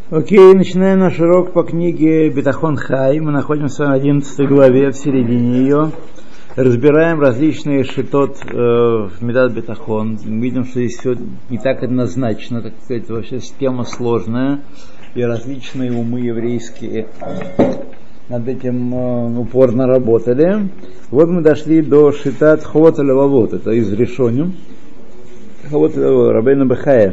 Окей, начинаем наш урок по книге Битахон Хай. Мы находимся в 11 главе, в середине ее. Разбираем различные шитот в Медат Битахон. Мы видим, что здесь все не так однозначно, так сказать, вообще тема сложная. И различные умы еврейские над этим упорно работали. Вот мы дошли до шитат Хавот Левавот. Это из Решоним. Хавот Левавот, Рабейну Бехая.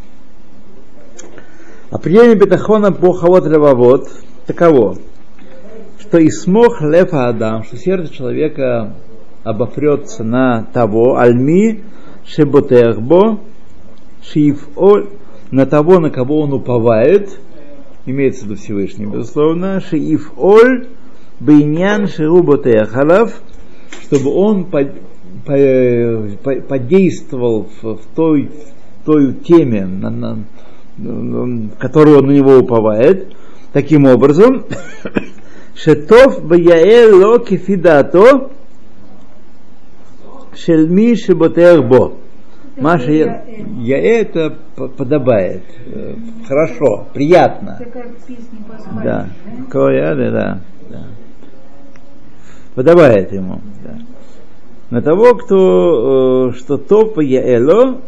Определение Битахона по Хавот Левавот таково, что «Исмох лев Адам», что сердце человека обопрется на того, «Альми шеботехбо шиифоль», на того, на кого он уповает, имеется в виду Всевышний, безусловно, «Шиифоль бейнян шеуботехалав», чтобы он подействовал в той теме, которую он на него уповает, таким образом, шетов бияэль ло кефидато шельми шеботех бо. Маша яэ это подобает, хорошо, приятно. Такая песня по да. Да. Подобает ему. Да. На того, кто что топ яэло,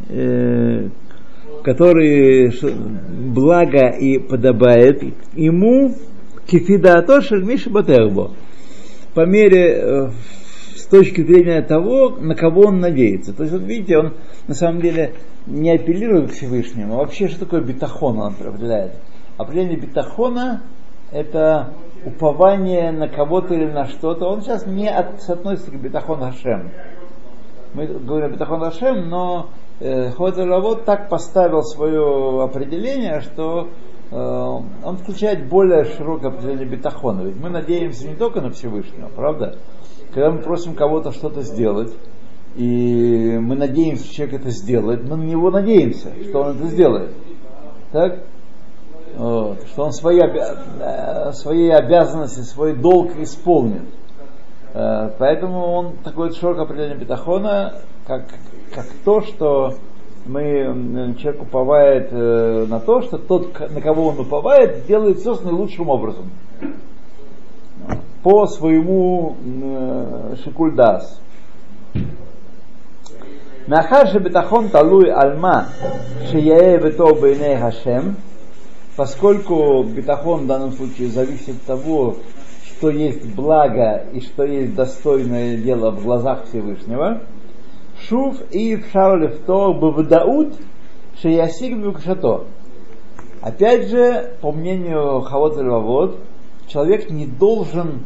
который благо и подобает ему, кефидато шельми шеботех бо, по мере, с точки зрения того, на кого он надеется. То есть, вот видите, он на самом деле не апеллирует к Всевышнему. Вообще, что такое битахон он определяет? Определение битахона – это упование на кого-то или на что-то. Он сейчас не относится к битахон Хашем. Мы говорим битахон Хашем, но Хавот Левавот так поставил свое определение, что он включает более широкое определение битахона. Ведь мы надеемся не только на Всевышнего, правда? Когда мы просим кого-то что-то сделать, и мы надеемся, что человек это сделает, мы на него надеемся, что он это сделает. Так? Вот. Что он свои обязанности, свой долг исполнит. Поэтому он такое широкое определение битахона, как то, что человек уповает на то, что тот, на кого он уповает, делает все с наилучшим образом. По своему шикульдас. Нахар битахон талуй альма шияэ вето бейней Хашем, поскольку битахон в данном случае зависит от того, что есть благо и что есть достойное дело в глазах Всевышнего, шув и вшарлифто бвдаут шиясиг букшато. Опять же, по мнению Хавот Левавот, человек не должен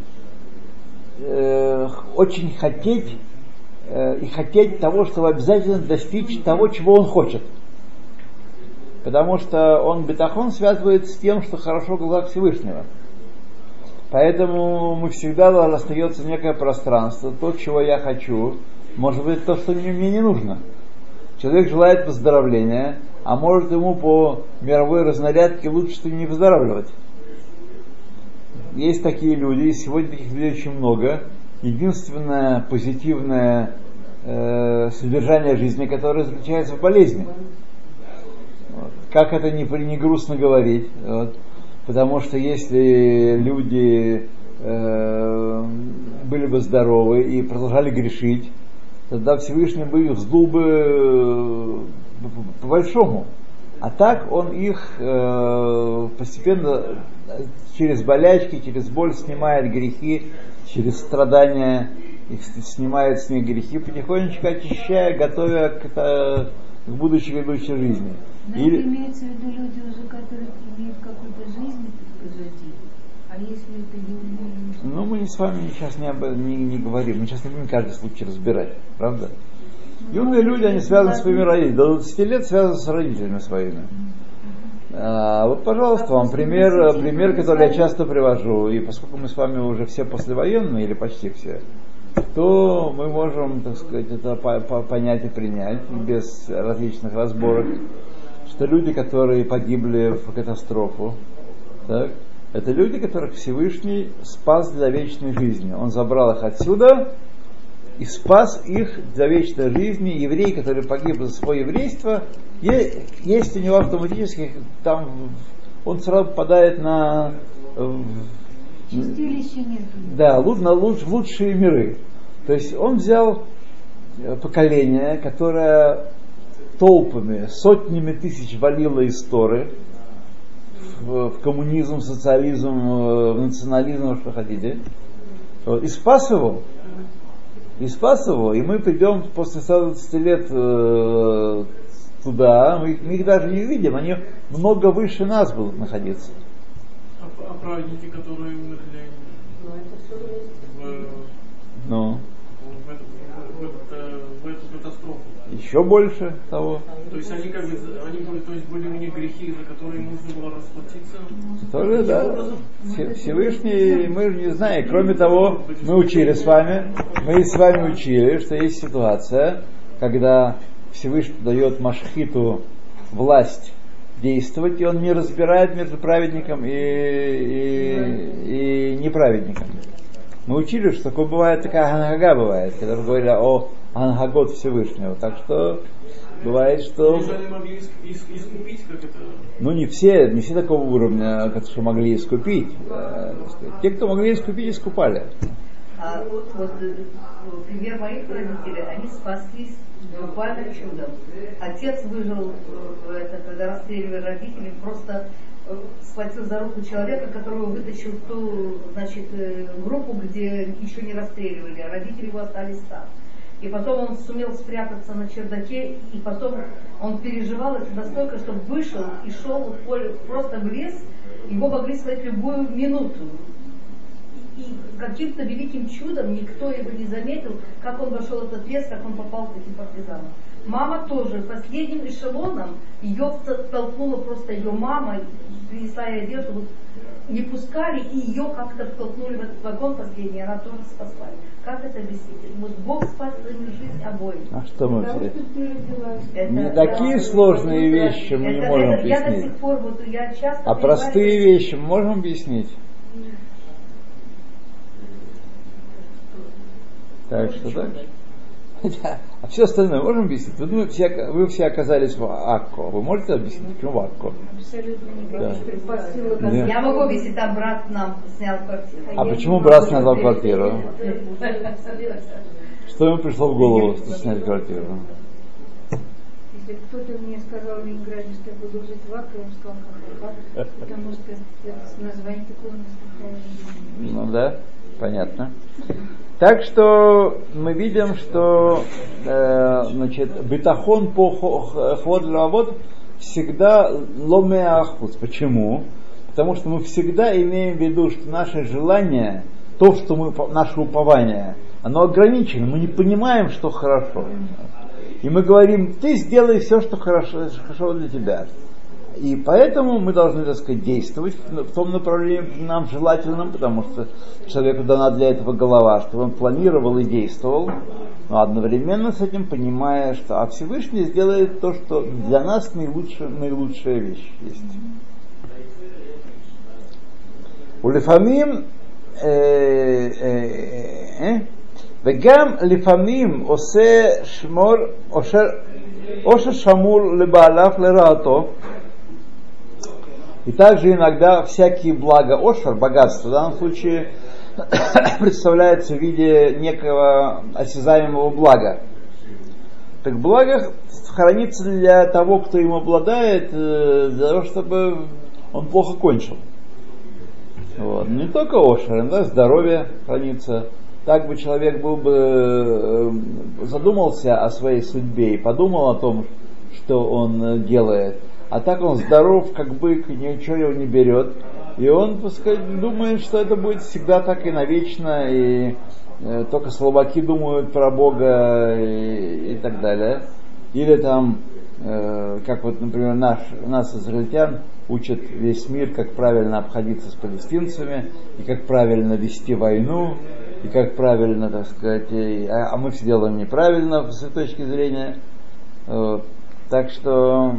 очень хотеть и хотеть того, чтобы обязательно достичь того, чего он хочет. Потому что он битахон связывает с тем, что хорошо в глазах Всевышнего. Поэтому всегда остается некое пространство, то, чего я хочу, может быть, то, что мне не нужно. Человек желает выздоровления, а может ему по мировой разнарядке лучше не выздоравливать. Есть такие люди, и сегодня таких людей очень много. Единственное позитивное содержание жизни, которое заключается в болезни. Вот. Как это не грустно говорить, вот. Потому что если люди были бы здоровы и продолжали грешить, тогда Всевышний бы их вздул бы по-большому. А так он их постепенно через болячки, через боль снимает грехи, через страдания их снимает с них грехи, потихонечку очищая, готовя к будущей ведущей жизни. Но это имеется в виду люди уже, которые имеют какую-то жизнь позади. А если это не... Ну, мы с вами сейчас не говорим. Мы сейчас не будем каждый случай разбирать, правда? Юные люди, они связаны с своими родителями. До 20 лет связаны с родителями своими. Вот, пожалуйста, вам пример, который я часто привожу. И поскольку мы с вами уже все послевоенные, или почти все, то мы можем, так сказать, это понять и принять без различных разборок, что люди, которые погибли в катастрофу, так, это люди, которых Всевышний спас для вечной жизни. Он забрал их отсюда и спас их для вечной жизни. Еврей, который погиб за свое еврейство, есть у него автоматически там он сразу попадает на Чистилище нету. да, в лучшие миры. То есть он взял поколение, которое толпами, сотнями тысяч валило из Торы в коммунизм, социализм, в национализм, что хотите, и спас его. И мы придем после 120 лет туда, мы их даже не увидим, они много выше нас будут находиться. А праведники, которые умерли в эту катастрофу? Еще больше того. То есть они были у них грехи, за которые нужно было расплатиться? Тоже, да. Всевышний, мы же не знаем. Кроме того, мы с вами учили, что есть ситуация, когда Всевышний дает Машхиту власть действовать, и он не разбирает между праведником и неправедником. Мы учили, что такое бывает, такая ангага бывает, когда мы говорили о ангагот Всевышнего. Так что бывает, что... Они могли искупить, как это? Не все такого уровня, что могли искупить. Те, кто могли искупить, искупали. Пример моих родителей, они спаслись буквально чудом. Отец выжил, когда расстреливали родителей, просто схватил за руку человека, которого вытащил в ту, группу, где еще не расстреливали, а родители его остались там. И потом он сумел спрятаться на чердаке, и потом он переживал это настолько, что вышел и шел в поле, просто в лес, его могли схватить любую минуту. И каким-то великим чудом никто его не заметил, как он вошел в этот лес, как он попал к этим партизанам. Мама тоже, последним эшелоном, ее толкнула просто ее мама, принесла ей одежду, не пускали, и ее как-то втолкнули в этот вагон последний, она тоже спасла. Как это объяснить? Бог спас свою жизнь обоим. А что мы все? Не такие сложные вещи мы не можем объяснить. Я до сих пор, я часто... А простые вещи мы можем объяснить? Так что так? А все остальное можем объяснить? Вы все оказались в Акко. Вы можете объяснить, почему в Акко? Абсолютно не да. Я могу объяснить, там брат нам снял квартиру. А почему брат снял квартиру? Что ему пришло в голову, что снять квартиру? Если кто-то мне сказал в Ленинграде, что я буду жить в Акко, я бы сказал, как потому что это название такого настроения. Да, понятно. Так что мы видим, что битахон по ход лавод всегда ломеахус. Почему? Потому что мы всегда имеем в виду, что наше желание, то, что наше упование, оно ограничено. Мы не понимаем, что хорошо. И мы говорим, ты сделай все, что хорошо для тебя. И поэтому мы должны, действовать в том направлении нам желательном, потому что человеку дана для этого голова, чтобы он планировал и действовал, но одновременно с этим понимая, что Всевышний сделает то, что для нас наилучшая вещь есть. Улифамим вегам лифамим осе шмор оше шамур лебаалав лераато. И также иногда всякие блага ошер, богатство, в данном случае представляется в виде некого осязаемого блага. Так благо хранится для того, кто им обладает, для того, чтобы он плохо кончил. Вот. Не только ошер, здоровье хранится. Так бы человек задумался о своей судьбе и подумал о том, что он делает. А так он здоров, как бык, ничего его не берет. И он, думает, что это будет всегда так и навечно, и только слабаки думают про Бога и так далее. Или там, как например, нас, израильтян, учат весь мир, как правильно обходиться с палестинцами, и как правильно вести войну, и как правильно, а мы все делаем неправильно с этой точки зрения. Так что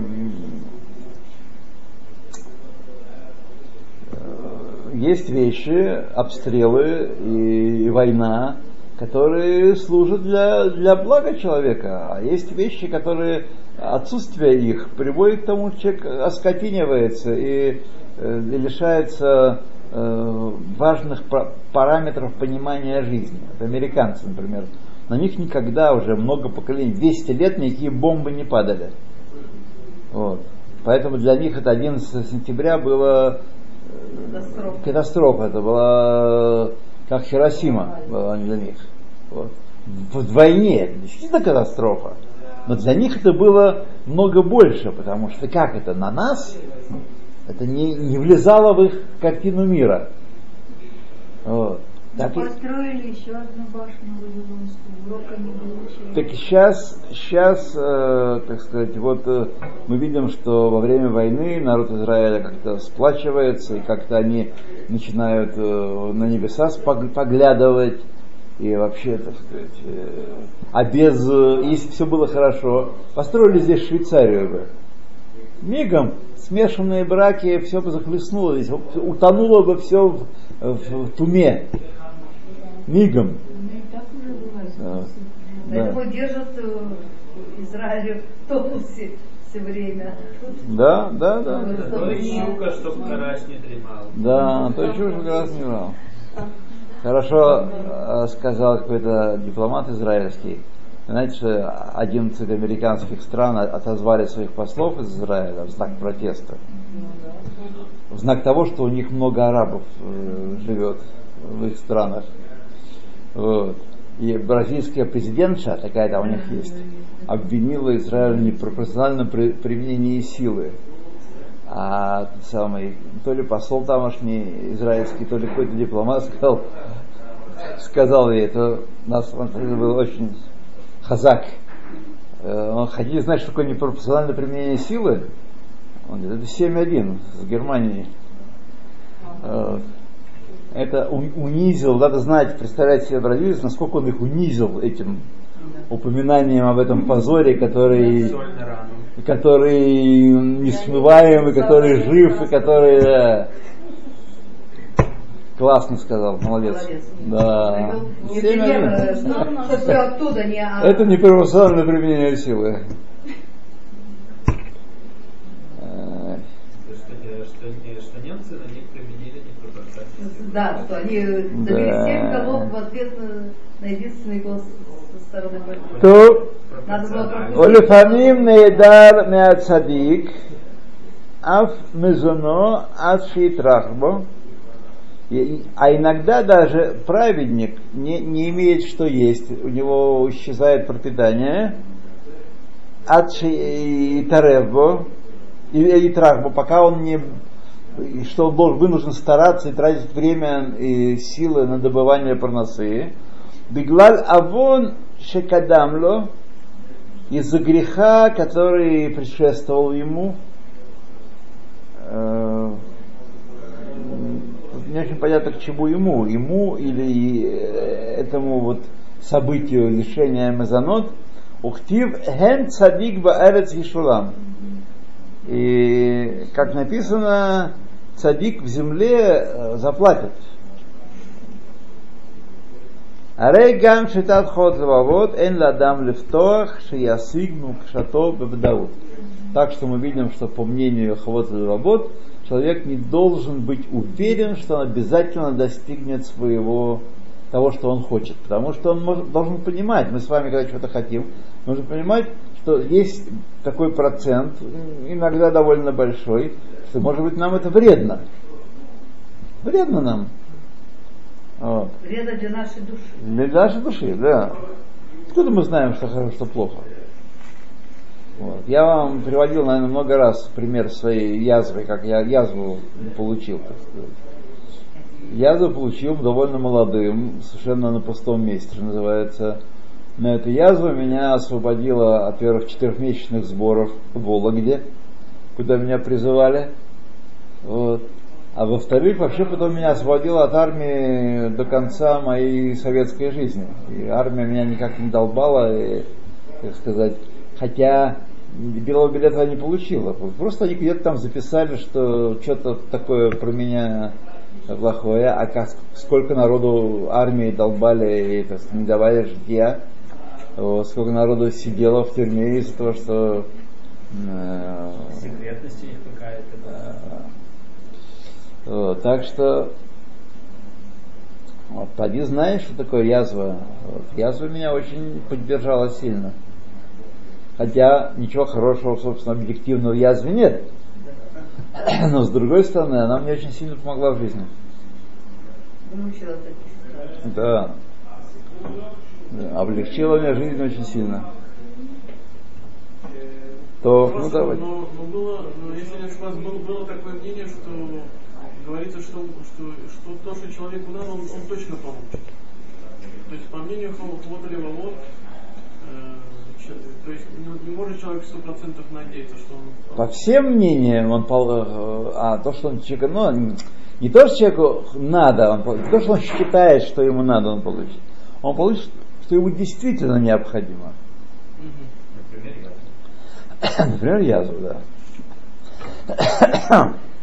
есть вещи, обстрелы и война, которые служат для блага человека, а есть вещи, которые отсутствие их приводит к тому, что человек оскотинивается и лишаются важных параметров понимания жизни. Это американцы, например. На них никогда уже много поколений, 200 лет никакие бомбы не падали. Вот. Поэтому для них это 11 сентября было катастрофа. Это была как Хиросима была для них. Вот. Вдвойне, это действительно катастрофа. Но для них это было много больше, потому что как это на нас, это не влезало в их картину мира. Вот. Так построили еще одну башню Вавилонскую, урока не получили. Так сейчас, так сказать, вот мы видим, что во время войны народ Израиля как-то сплачивается, и как-то они начинают на небеса поглядывать, и вообще, так сказать, если все было хорошо, построили здесь Швейцарию бы. Мигом смешанные браки, все бы захлестнуло здесь, утонуло бы все в туме. Мигом. Поэтому держат Израиль в тонусе все время. Да. То и щука, чтобы карась не дремал. Да, то и щука, чтобы карась не дремал. Хорошо сказал какой-то дипломат израильский. Знаете, что 11 американских стран отозвали своих послов из Израиля в знак протеста. В знак того, что у них много арабов живет в их странах. Вот. И бразильская президентша, такая там у них есть, обвинила Израиль в непропорциональном применении силы. А самый, то ли посол тамошний израильский, то ли какой-то дипломат сказал ей, это у нас был очень хазак. Он хотел знать, что такое непропорциональное применение силы. Он говорит, это 7-1 с Германией. Это унизил, надо знать, представлять себе бразильцев, насколько он их унизил этим упоминанием об этом позоре, который несмываем, и который жив, и который... Классно сказал, молодец. Да. Это непропорциональное применение силы. Что немцы на них применили непропорциональную. Да, что они довели 7 голов в ответ на единственный голос со стороны Бога. То Олефаним нейдар меацадик аф мезоно ад шиитрахбо. А иногда даже праведник не имеет что есть, у него исчезает пропитание, ад шиитрахбо, и трахбо, пока он что он должен, вынужден стараться и тратить время и силы на добывание парносы. Биглаль авон шекадамло, из-за греха, который предшествовал ему. Не очень понятно, к чему ему или этому вот событию лишения мезонот. Ухтив хен цадик баарец ешулам. И, как написано, цадик в земле заплатит. Арей гам шитат ход лававот эн ладам лифтоах шиясигну кшато бевдаут. Так что мы видим, что по мнению ход лававот человек не должен быть уверен, что он обязательно достигнет своего того, что он хочет. Потому что он должен понимать, мы с вами когда что-то хотим, нужно понимать, что есть такой процент, иногда довольно большой, что, может быть, нам это вредно. Вредно нам. Вот. Вредно для нашей души. Для нашей души, да. Откуда мы знаем, что хорошо, что плохо? Вот. Я вам приводил, наверное, много раз пример своей язвы, как я язву получил, так сказать. Язву получил довольно молодым, совершенно на пустом месте, что называется. На эту язву меня освободило от первых 4-месячных сборов в Вологде, куда меня призывали. Вот. А во-вторых, вообще потом меня освободило от армии до конца моей советской жизни. И армия меня никак не долбала, и, так сказать, хотя белого билета я не получила. Просто они где-то там записали, что что-то такое про меня плохое, а сколько народу армии долбали и не давали житья, сколько народу сидело в тюрьме из-за того, что... Секретность у них какая-то. Так что вот, поди знаешь, что такое язва. Язва меня очень поддержала сильно. Хотя ничего хорошего, собственно, объективного в язве нет. Но с другой стороны, она мне очень сильно помогла в жизни. Да. Облегчила мне жизнь очень сильно. То, ну давай. Но если не ошибаюсь, было такое мнение, что говорится, что то, что человеку надо, он точно получит. То есть, по мнению Хавота Левовод, то есть не может человек 100% надеяться, что он... По всем мнениям, то, что он человек, не то, что человеку надо, не то, что он считает, что ему надо, он получит. Он получит, что ему действительно необходимо. Например, язву, да.